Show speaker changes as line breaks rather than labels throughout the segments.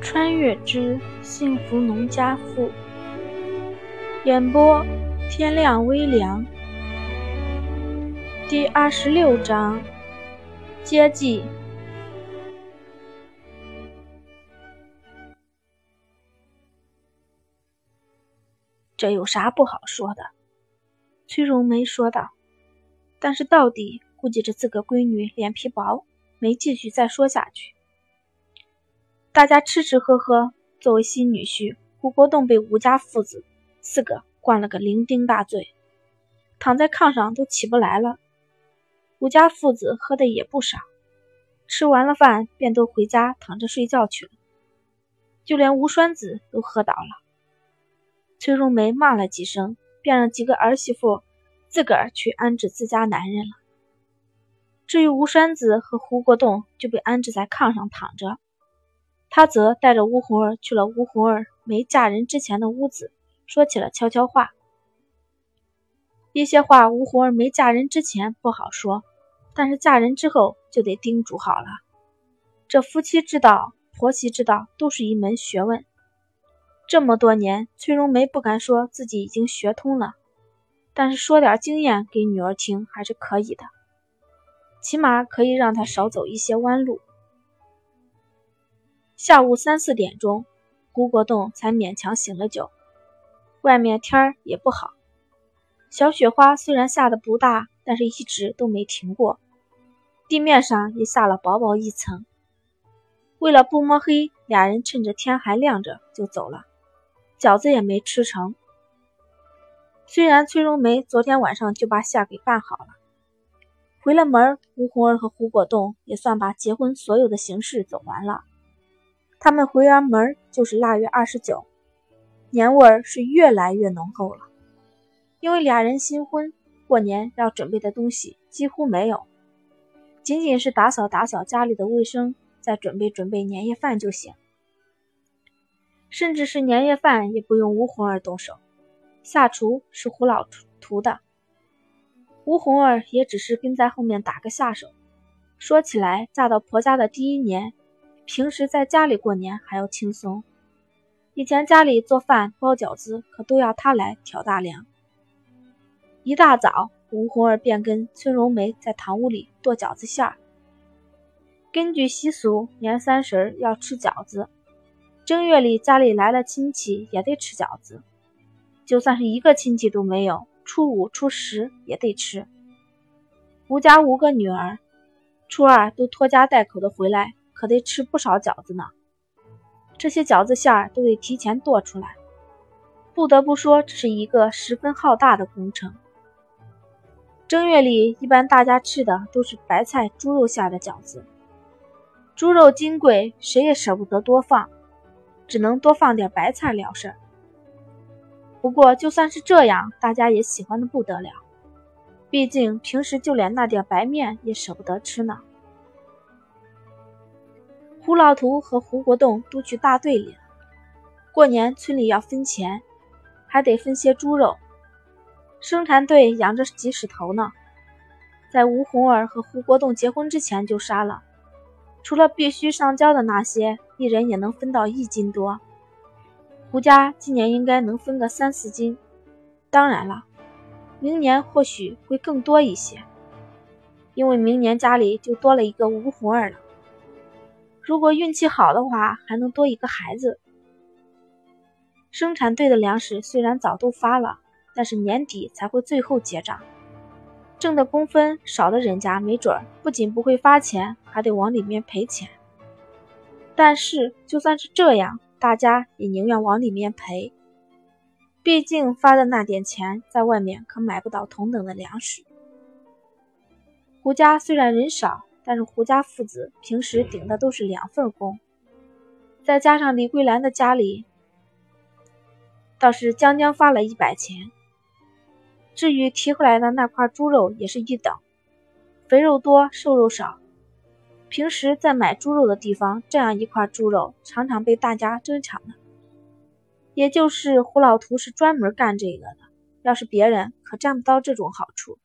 穿越之幸福农家妇。演播天亮微凉。第26章接济。这有啥不好说的？崔荣梅说道。但是到底估计着自个闺女脸皮薄，没继续再说下去。大家吃吃喝喝，作为新女婿，胡国栋被吴家父子4个灌了个酩酊大醉，躺在炕上都起不来了。吴家父子喝的也不少，吃完了饭便都回家躺着睡觉去了，就连吴栓子都喝倒了。崔荣梅骂了几声，便让几个儿媳妇自个儿去安置自家男人了。至于吴栓子和胡国栋就被安置在炕上躺着，他则带着吴红儿去了吴红儿没嫁人之前的屋子，说起了悄悄话。一些话吴红儿没嫁人之前不好说，但是嫁人之后就得叮嘱好了。这夫妻之道、婆媳之道都是一门学问。这么多年，崔荣梅不敢说自己已经学通了，但是说点经验给女儿听还是可以的，起码可以让她少走一些弯路。下午3、4点钟，胡国栋才勉强醒了酒。外面天儿也不好，小雪花虽然下得不大，但是一直都没停过，地面上也下了薄薄一层。为了不摸黑，俩人趁着天还亮着就走了，饺子也没吃成。虽然崔荣梅昨天晚上就把馅给拌好了，回了门，吴红儿和胡国栋也算把结婚所有的形式走完了。他们回完门就是腊月29，年味儿是越来越浓厚了。因为俩人新婚，过年要准备的东西几乎没有，仅仅是打扫打扫家里的卫生，再准备准备年夜饭就行。甚至是年夜饭也不用吴红儿动手，下厨是胡老图的，吴红儿也只是跟在后面打个下手。说起来，嫁到婆家的第1年，平时在家里过年还要轻松。以前家里做饭包饺子可都要她来挑大梁。一大早，吴红儿便跟崔荣梅在堂屋里剁饺子馅儿。根据习俗，年30要吃饺子，正月里家里来了亲戚也得吃饺子，就算是一个亲戚都没有，初5、初10也得吃。吴家5个女儿，初2都拖家带口的回来，可得吃不少饺子呢。这些饺子馅儿都得提前剁出来，不得不说这是一个十分浩大的工程。正月里一般大家吃的都是白菜猪肉馅的饺子，猪肉金贵，谁也舍不得多放，只能多放点白菜了事儿。不过就算是这样，大家也喜欢的不得了，毕竟平时就连那点白面也舍不得吃呢。胡老图和胡国栋都去大队里了，过年村里要分钱，还得分些猪肉，生产队养着几10头呢，在吴红儿和胡国栋结婚之前就杀了，除了必须上交的那些，一人也能分到1斤多。胡家今年应该能分个3、4斤，当然了，明年或许会更多一些，因为明年家里就多了一个吴红儿了。如果运气好的话，还能多一个孩子。生产队的粮食虽然早都发了，但是年底才会最后结账，挣的工分少的人家没准不仅不会发钱，还得往里面赔钱。但是就算是这样，大家也宁愿往里面赔，毕竟发的那点钱在外面可买不到同等的粮食。胡家虽然人少，但是胡家父子平时顶的都是2份工，再加上李桂兰的家里倒是将将发了100钱。至于提回来的那块猪肉也是一等，肥肉多瘦肉少，平时在买猪肉的地方，这样一块猪肉常常被大家争抢的。也就是胡老图是专门干这个的，要是别人可占不到这种好处。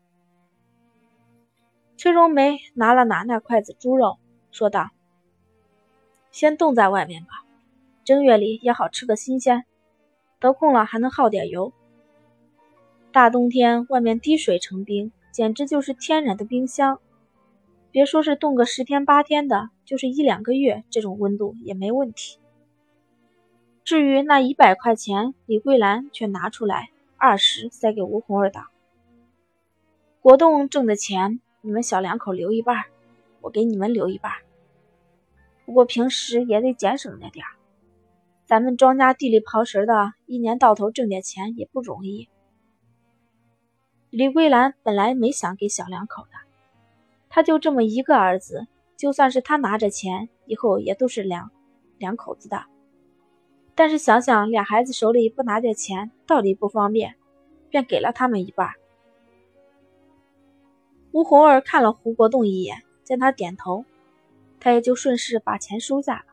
崔荣梅拿了那块子猪肉，说道：先冻在外面吧， 正月里也好吃个新鲜，得空了还能耗点油。大冬天外面滴水成冰，简直就是天然的冰箱。别说是冻个10天8天的，就是1、2个月，这种温度也没问题。至于那100块钱，李桂兰却拿出来20塞给吴红儿道：“国栋挣的钱，你们小两口留一半，我给你们留一半。不过平时也得节省着点，咱们庄稼地里刨食的，一年到头挣点钱也不容易。”李桂兰本来没想给小两口的，他就这么一个儿子，就算是他拿着钱，以后也都是两口子的。但是想想俩孩子手里不拿点钱，到底不方便，便给了他们一半。吴红儿看了胡国栋一眼，见他点头，他也就顺势把钱收下了。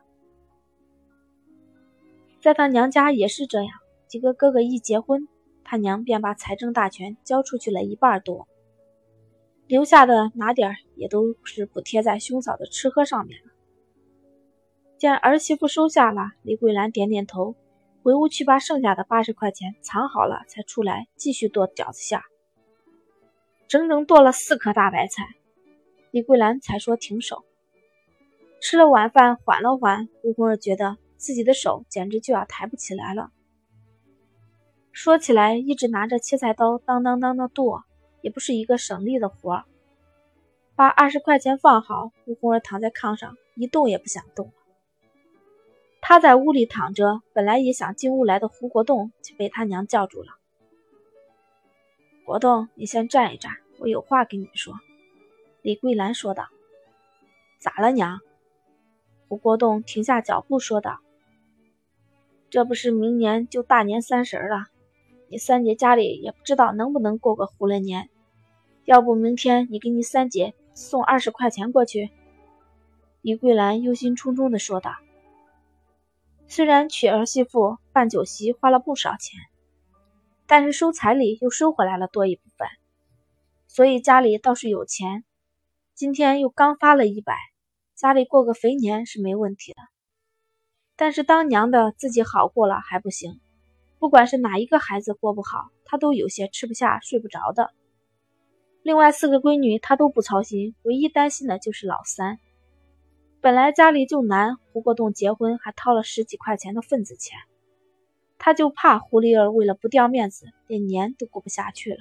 在他娘家也是这样，几个哥哥一结婚，他娘便把财政大权交出去了1半多，留下的拿点也都是补贴在兄嫂的吃喝上面了。见儿媳妇收下了，李桂兰点点头，回屋去把剩下的80块钱藏好了，才出来继续剁饺子馅。整整剁了4颗大白菜，李桂兰才说停手。吃了晚饭缓了缓，吴红儿觉得自己的手简直就要抬不起来了。说起来，一直拿着切菜刀当当当的剁，也不是一个省力的活。把20块钱放好，吴红儿躺在炕上一动也不想动了。他在屋里躺着，本来也想进屋来的胡国栋就被他娘叫住了。国栋，你先站一站，我有话跟你说。李桂兰说道。咋了娘？胡国栋停下脚步说道。这不是明年就大年30了，你三姐家里也不知道能不能过个胡了年，要不明天你给你三姐送20块钱过去。李桂兰忧心忡忡地说道。虽然娶儿媳妇办酒席花了不少钱，但是收彩礼又收回来了多一部分，所以家里倒是有钱。今天又刚发了100，家里过个肥年是没问题的。但是当娘的自己好过了还不行，不管是哪一个孩子过不好，她都有些吃不下睡不着的。另外4个闺女她都不操心，唯一担心的就是老三。本来家里就难，胡国栋结婚还掏了10几块钱的份子钱，他就怕胡丽儿为了不掉面子，连年都过不下去了。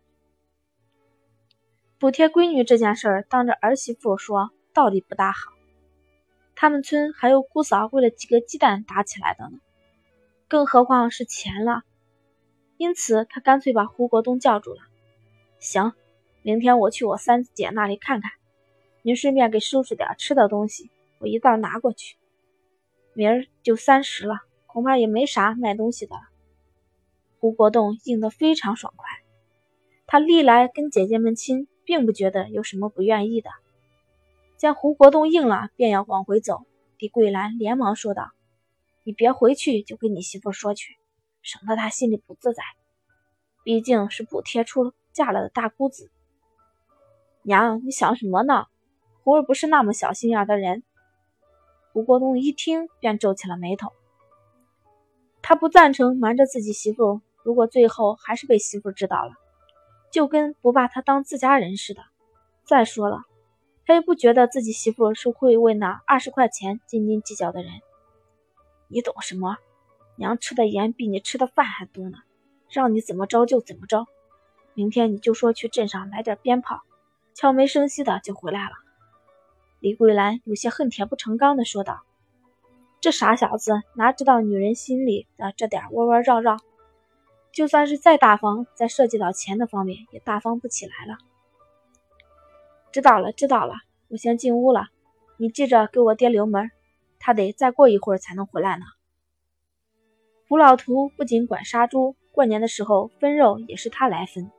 补贴闺女这件事儿，当着儿媳妇说，道理不大好。他们村还有姑嫂为了几个鸡蛋打起来的呢，更何况是钱了。因此他干脆把胡国栋叫住了。行，明天我去我三姐那里看看，您顺便给收拾点吃的东西，我一道拿过去。明儿就30了，恐怕也没啥卖东西的了。胡国栋应得非常爽快，他历来跟姐姐们亲，并不觉得有什么不愿意的。见胡国栋应了，便要往回走，李桂兰连忙说道：“你别回去就跟你媳妇说去，省得她心里不自在。毕竟是补贴出嫁了的大姑子。”娘，你想什么呢？红儿不是那么小心眼的人。胡国栋一听便皱起了眉头。他不赞成瞒着自己媳妇，如果最后还是被媳妇知道了，就跟不把他当自家人似的。再说了，他也不觉得自己媳妇是会为那20块钱斤斤计较的人。你懂什么？娘吃的盐比你吃的饭还多呢，让你怎么着就怎么着。明天你就说去镇上买点鞭炮，悄没声息的就回来了。李桂兰有些恨铁不成钢地说道。这傻小子哪知道女人心里的这点弯弯绕绕，就算是再大方，在涉及到钱的方面也大方不起来了。知道了，我先进屋了，你记着给我爹留门，他得再过一会儿才能回来呢。胡老图不仅管杀猪，过年的时候分肉也是他来分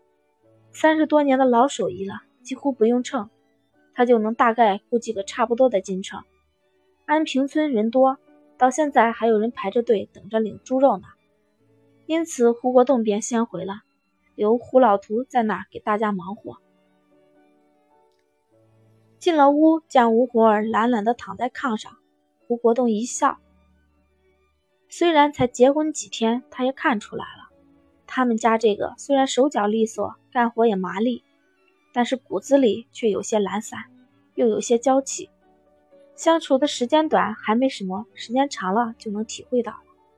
，30多年的老手艺了，几乎不用称，他就能大概估计个差不多的斤称。安平村人多，到现在还有人排着队等着领猪肉呢，因此胡国栋便先回了，留胡老图在那儿给大家忙活。进了屋，见吴红儿懒懒地躺在炕上，胡国栋一笑： 虽然才结婚几天，他也看出来了，他们家这个虽然手脚利索，干活也麻利，但是骨子里却有些懒散，又有些娇气。相处的时间短还没什么，时间长了就能体会到了。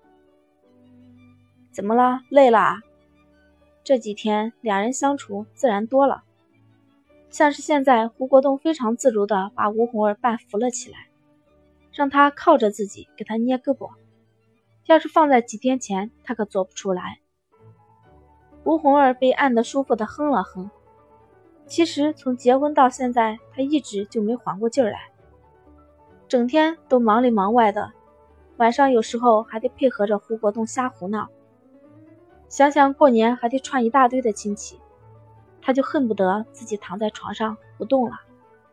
怎么了？累了啊？这几天两人相处自然多了，像是现在胡国栋非常自如地把吴红儿半扶了起来，让他靠着自己给他捏胳膊。要是放在几天前，他可做不出来。吴红儿被按得舒服地哼了哼。其实从结婚到现在，他一直就没缓过劲儿来，整天都忙里忙外的，晚上有时候还得配合着胡国栋瞎胡闹。想想过年还得串一大堆的亲戚，他就恨不得自己躺在床上不动了。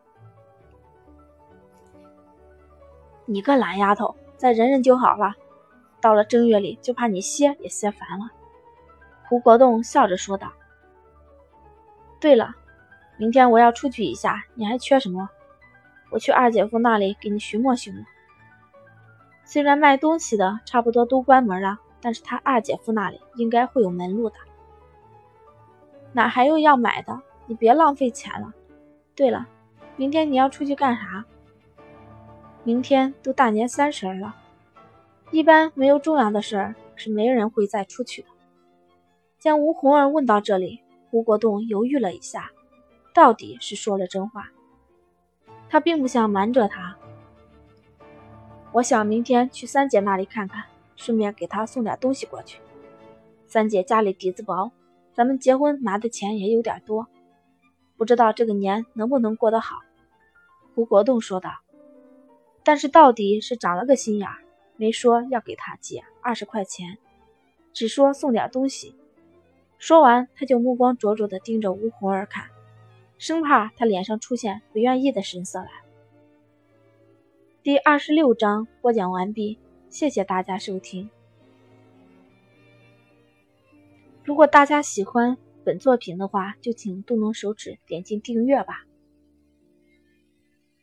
你个懒丫头，再忍忍就好了，到了正月里就怕你歇也歇烦了。胡国栋笑着说道。对了，明天我要出去一下，你还缺什么？我去二姐夫那里给你寻摸寻摸。虽然卖东西的差不多都关门了，但是他二姐夫那里应该会有门路的。哪还有要买的？你别浪费钱了。对了，明天你要出去干啥？明天都大年30了，一般没有重要的事儿，是没人会再出去的。见吴红儿问到这里，胡国栋犹豫了一下，到底是说了真话。他并不想瞒着他。我想明天去三姐那里看看，顺便给她送点东西过去。三姐家里底子薄，咱们结婚拿的钱也有点多，不知道这个年能不能过得好。胡国栋说道。但是到底是长了个心眼，没说要给他姐20块钱，只说送点东西。说完，他就目光灼灼地盯着吴红儿看，生怕他脸上出现不愿意的神色来。第26章播讲完毕，谢谢大家收听。如果大家喜欢本作品的话，就请动动手指点击订阅吧。